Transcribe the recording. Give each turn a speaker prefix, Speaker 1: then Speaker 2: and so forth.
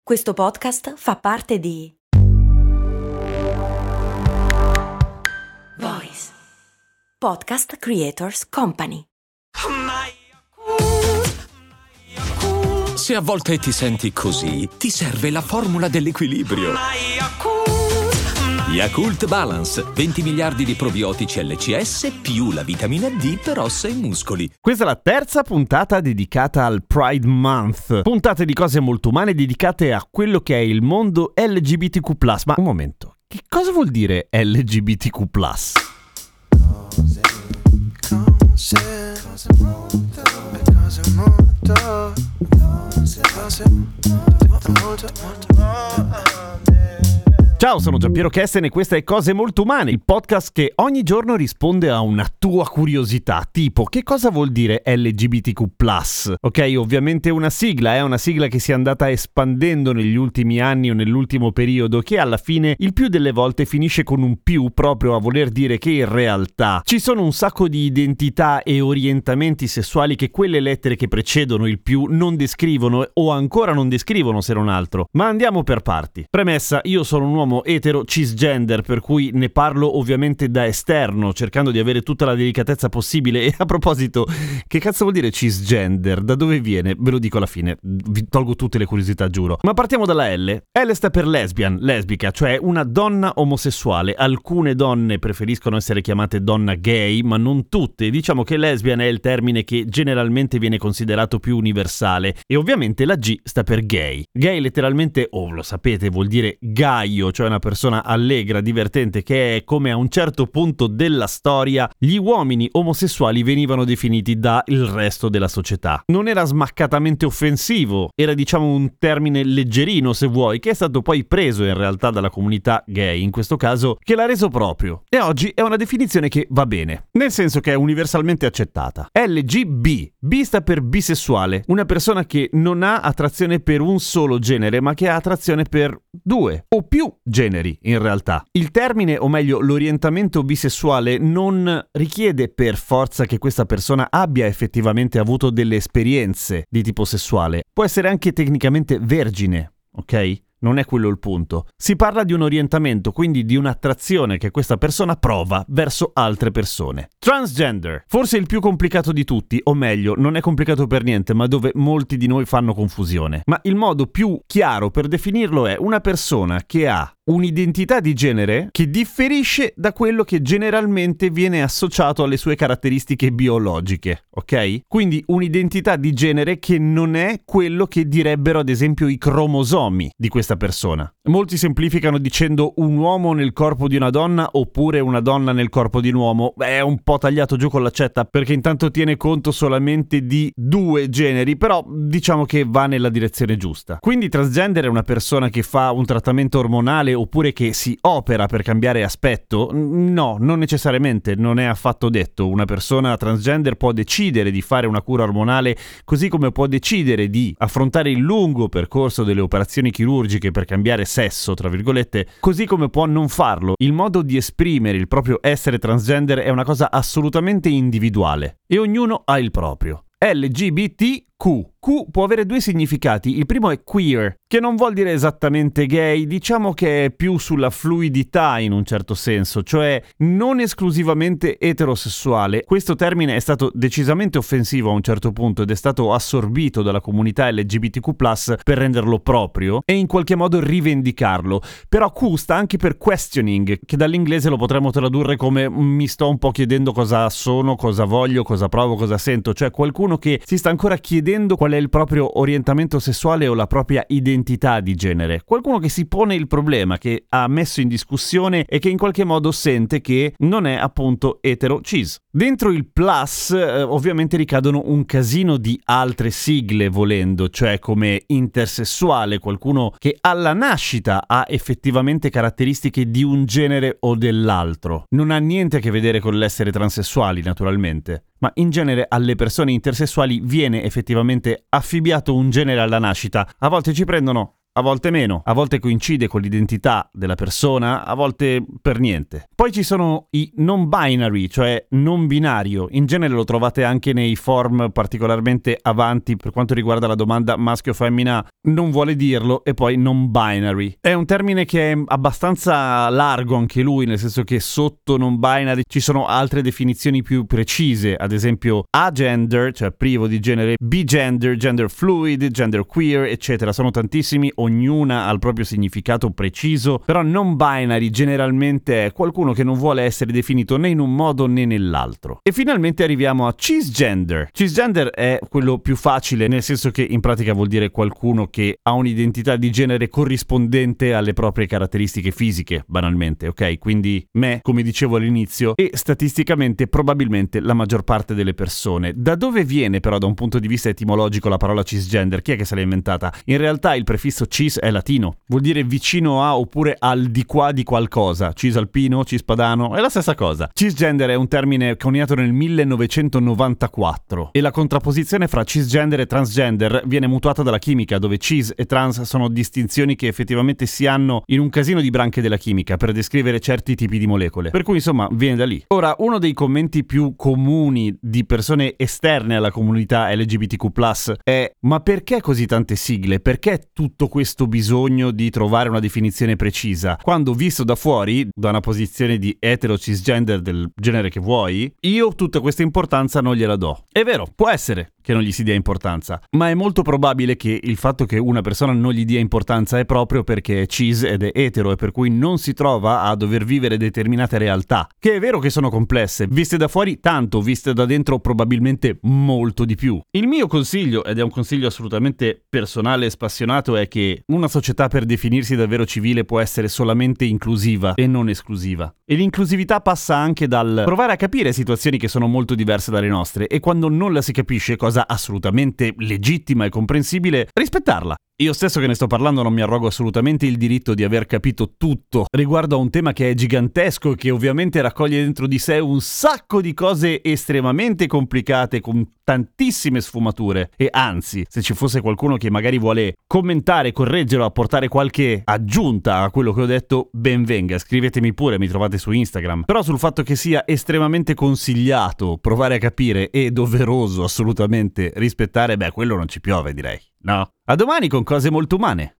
Speaker 1: Questo podcast fa parte di Voice Podcast Creators Company.
Speaker 2: Se a volte ti senti così, ti serve la formula dell'equilibrio. Yakult Balance, 20 miliardi di probiotici LCS più la vitamina D per ossa e muscoli.
Speaker 3: Questa è la terza puntata dedicata al Pride Month. Puntate di cose molto umane dedicate a quello che è il mondo LGBTQ+. Ma un momento, che cosa vuol dire LGBTQ+? Ciao, sono Giampiero Kesten e questa è Cose Molto Umane, il podcast che ogni giorno risponde a una tua curiosità, tipo che cosa vuol dire LGBTQ+? Ok, ovviamente è una sigla che si è andata espandendo negli ultimi anni o nell'ultimo periodo, che alla fine il più delle volte finisce con un più, proprio a voler dire che in realtà ci sono un sacco di identità e orientamenti sessuali che quelle lettere che precedono il più non descrivono o ancora non descrivono, se non altro. Ma andiamo per parti. Premessa, io sono un uomo etero cisgender, per cui ne parlo ovviamente da esterno, cercando di avere tutta la delicatezza possibile. E a proposito, che cazzo vuol dire cisgender? Da dove viene? Ve lo dico alla fine, vi tolgo tutte le curiosità, giuro. Ma partiamo dalla L. L sta per lesbian, lesbica, cioè una donna omosessuale. Alcune donne preferiscono essere chiamate donna gay, ma non tutte. Diciamo che lesbian è il termine che generalmente viene considerato più universale. E ovviamente la G sta per gay. Gay letteralmente, lo sapete, vuol dire gaio, cioè una persona allegra, divertente, che è come a un certo punto della storia gli uomini omosessuali venivano definiti dal resto della società. Non era smaccatamente offensivo, era diciamo un termine leggerino se vuoi, che è stato poi preso in realtà dalla comunità gay, in questo caso, che l'ha reso proprio. E oggi è una definizione che va bene, nel senso che è universalmente accettata. LGB. B sta per bisessuale, una persona che non ha attrazione per un solo genere, ma che ha attrazione per due o più generi in realtà. Il termine, o meglio l'orientamento bisessuale, non richiede per forza che questa persona abbia effettivamente avuto delle esperienze di tipo sessuale. Può essere anche tecnicamente vergine, ok? Non è quello il punto. Si parla di un orientamento, quindi di un'attrazione che questa persona prova verso altre persone. Transgender, forse il più complicato di tutti, o meglio, non è complicato per niente, ma dove molti di noi fanno confusione. Ma il modo più chiaro per definirlo è una persona che ha un'identità di genere che differisce da quello che generalmente viene associato alle sue caratteristiche biologiche, ok? Quindi un'identità di genere che non è quello che direbbero ad esempio i cromosomi di questa persona. Molti semplificano dicendo un uomo nel corpo di una donna oppure una donna nel corpo di un uomo. È un po' tagliato giù con l'accetta, perché intanto tiene conto solamente di due generi, però diciamo che va nella direzione giusta. Quindi transgender è una persona che fa un trattamento ormonale oppure che si opera per cambiare aspetto? No, non necessariamente, non è affatto detto. Una persona transgender può decidere di fare una cura ormonale, così come può decidere di affrontare il lungo percorso delle operazioni chirurgiche per cambiare sesso, tra virgolette, così come può non farlo. Il modo di esprimere il proprio essere transgender è una cosa assolutamente individuale e ognuno ha il proprio. LGBTQ. Q può avere due significati. Il primo è queer, che non vuol dire esattamente gay, diciamo che è più sulla fluidità in un certo senso, cioè non esclusivamente eterosessuale. Questo termine è stato decisamente offensivo a un certo punto ed è stato assorbito dalla comunità LGBTQ+ per renderlo proprio e in qualche modo rivendicarlo. Però Q sta anche per questioning, che dall'inglese lo potremmo tradurre come mi sto un po' chiedendo cosa sono, cosa voglio, cosa provo, cosa sento, cioè qualcuno che si sta ancora chiedendo qual è il proprio orientamento sessuale o la propria identità di genere. Qualcuno che si pone il problema, che ha messo in discussione e che in qualche modo sente che non è appunto etero-cis. Dentro il plus ovviamente ricadono un casino di altre sigle volendo, cioè come intersessuale, qualcuno che alla nascita ha effettivamente caratteristiche di un genere o dell'altro. Non ha niente a che vedere con l'essere transessuali, naturalmente. Ma in genere alle persone intersessuali viene effettivamente affibbiato un genere alla nascita. A volte ci prendono, a volte meno, a volte coincide con l'identità della persona, a volte per niente. Poi ci sono i non binary, cioè non binario. In genere lo trovate anche nei form particolarmente avanti per quanto riguarda la domanda maschio o femmina, non vuole dirlo, e poi non binary. È un termine che è abbastanza largo anche lui, nel senso che sotto non binary ci sono altre definizioni più precise, ad esempio agender, cioè privo di genere, bigender, gender fluid, gender queer, eccetera. Sono tantissimi, ognuna ha il proprio significato preciso, però non binary generalmente è qualcuno che non vuole essere definito né in un modo né nell'altro. E finalmente arriviamo a cisgender. Cisgender è quello più facile, nel senso che in pratica vuol dire qualcuno che ha un'identità di genere corrispondente alle proprie caratteristiche fisiche, banalmente, ok? Quindi me, come dicevo all'inizio, e statisticamente probabilmente la maggior parte delle persone. Da dove viene però da un punto di vista etimologico la parola cisgender? Chi è che se l'ha inventata? In realtà il prefisso cis è latino, vuol dire vicino a oppure al di qua di qualcosa. Cisalpino, cispadano, è la stessa cosa. Cisgender è un termine coniato nel 1994 e la contrapposizione fra cisgender e transgender viene mutuata dalla chimica, dove cis e trans sono distinzioni che effettivamente si hanno in un casino di branche della chimica per descrivere certi tipi di molecole. Per cui insomma viene da lì. Ora, uno dei commenti più comuni di persone esterne alla comunità LGBTQ+ è: ma perché così tante sigle? Perché tutto questo bisogno di trovare una definizione precisa? Quando visto da fuori, da una posizione di etero cisgender del genere che vuoi, io tutta questa importanza non gliela do. È vero, può essere che non gli si dia importanza, ma è molto probabile che il fatto che una persona non gli dia importanza è proprio perché è cis ed è etero, e per cui non si trova a dover vivere determinate realtà, che è vero che sono complesse, viste da fuori tanto, viste da dentro probabilmente molto di più. Il mio consiglio, ed è un consiglio assolutamente personale e spassionato, è che una società per definirsi davvero civile può essere solamente inclusiva e non esclusiva. E l'inclusività passa anche dal provare a capire situazioni che sono molto diverse dalle nostre, e quando non la si capisce, cosa assolutamente legittima e comprensibile, rispettarla. Io stesso che ne sto parlando non mi arrogo assolutamente il diritto di aver capito tutto riguardo a un tema che è gigantesco e che ovviamente raccoglie dentro di sé un sacco di cose estremamente complicate con tantissime sfumature, e anzi, se ci fosse qualcuno che magari vuole commentare, correggere o apportare qualche aggiunta a quello che ho detto, ben venga, scrivetemi pure, mi trovate su Instagram. Però sul fatto che sia estremamente consigliato provare a capire e doveroso assolutamente rispettare, beh, quello non ci piove, direi. No? A domani con cose molto umane.